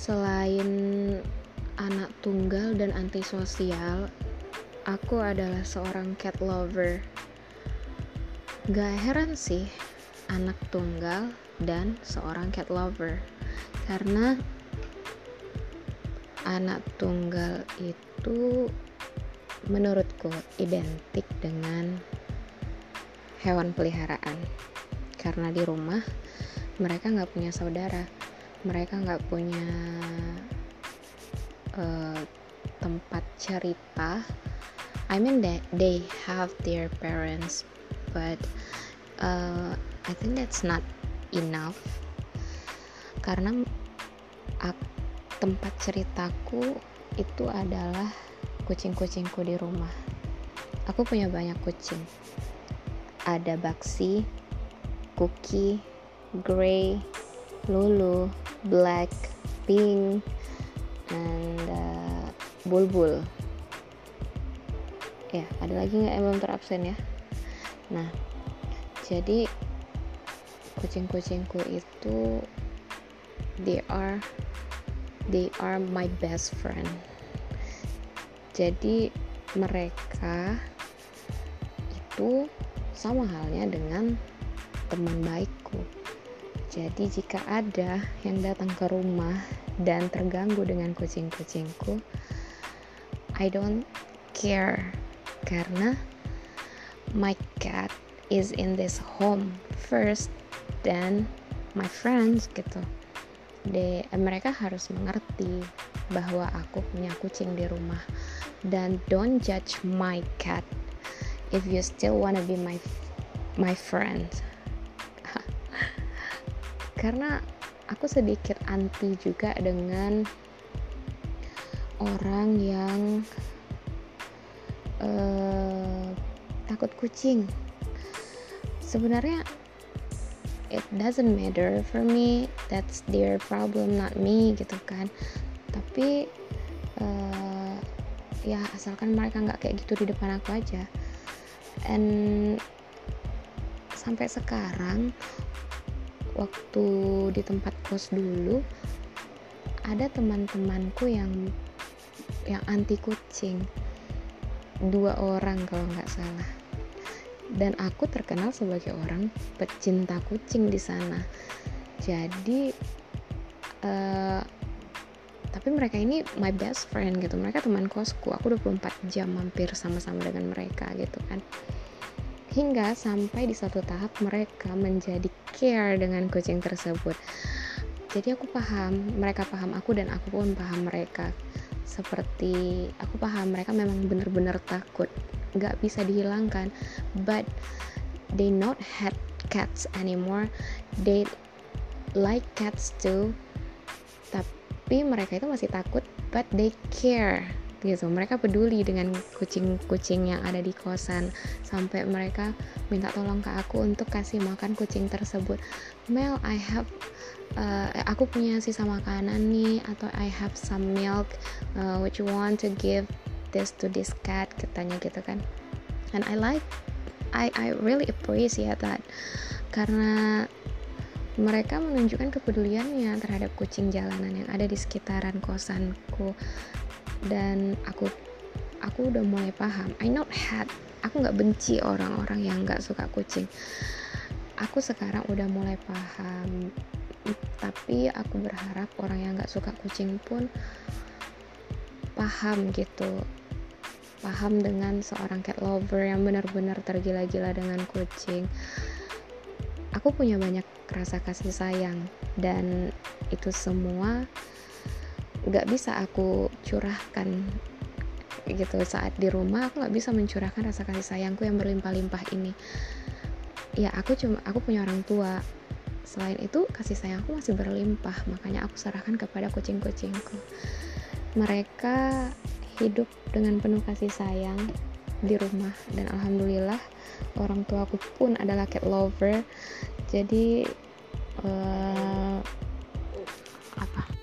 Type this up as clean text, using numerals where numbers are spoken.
Selain anak tunggal dan antisosial, aku adalah seorang cat lover. Gak heran sih anak tunggal dan seorang cat lover, karena anak tunggal itu menurutku identik dengan hewan peliharaan. Karena di rumah mereka gak punya saudara, mereka gak punya tempat cerita. I mean that they have their parents, but I think that's not enough. Karena tempat ceritaku itu adalah kucing-kucingku di rumah. Aku punya banyak kucing. Ada Baxi, Cookie, Grey, Lulu, Black, Pink, and Bulbul. Ya, ada lagi nggak yang belum terabsen ya? Nah, jadi kucing-kucingku itu they are my best friend. Jadi mereka itu sama halnya dengan teman baikku. Jadi jika ada yang datang ke rumah dan terganggu dengan kucing-kucingku, I don't care, karena my cat is in this home first, then my friends gitu. Mereka harus mengerti bahwa aku punya kucing di rumah, dan don't judge my cat if you still wanna be my friend. Karena aku sedikit anti juga dengan orang yang takut kucing. Sebenarnya it doesn't matter for me, that's their problem, not me gitu kan. Tapi ya asalkan mereka nggak kayak gitu di depan aku aja. And sampai sekarang, waktu di tempat kos dulu, ada teman-temanku yang anti kucing, 2 orang kalau nggak salah, dan aku terkenal sebagai orang pecinta kucing di sana. Jadi tapi mereka ini my best friend gitu, mereka teman kosku, aku 24 jam hampir sama-sama dengan mereka gitu kan. Hingga sampai di satu tahap mereka menjadi care dengan kucing tersebut. Jadi aku paham, mereka paham aku dan aku pun paham mereka. Seperti aku paham mereka memang benar-benar takut, gak bisa dihilangkan, but they not had cats anymore, they like cats too, tapi mereka itu masih takut, but they care gitu. Mereka peduli dengan kucing-kucing yang ada di kosan, sampai mereka minta tolong ke aku untuk kasih makan kucing tersebut. Mel, aku punya sisa makanan nih, atau I have some milk, would you want to give this to this cat, katanya gitu kan. And I really appreciate that, karena mereka menunjukkan kepeduliannya terhadap kucing jalanan yang ada di sekitaran kosanku. Dan aku udah mulai paham. Aku nggak benci orang-orang yang nggak suka kucing. Aku sekarang udah mulai paham. Tapi aku berharap orang yang nggak suka kucing pun paham gitu. Paham dengan seorang cat lover yang benar-benar tergila-gila dengan kucing. Aku punya banyak rasa kasih sayang, dan itu semua gak bisa aku curahkan gitu saat di rumah. Aku gak bisa mencurahkan rasa kasih sayangku yang berlimpah-limpah ini. Ya aku punya orang tua. Selain itu kasih sayangku masih berlimpah, makanya aku serahkan kepada kucing-kucingku. Mereka hidup dengan penuh kasih sayang di rumah, dan alhamdulillah orang tuaku pun adalah cat lover. Jadi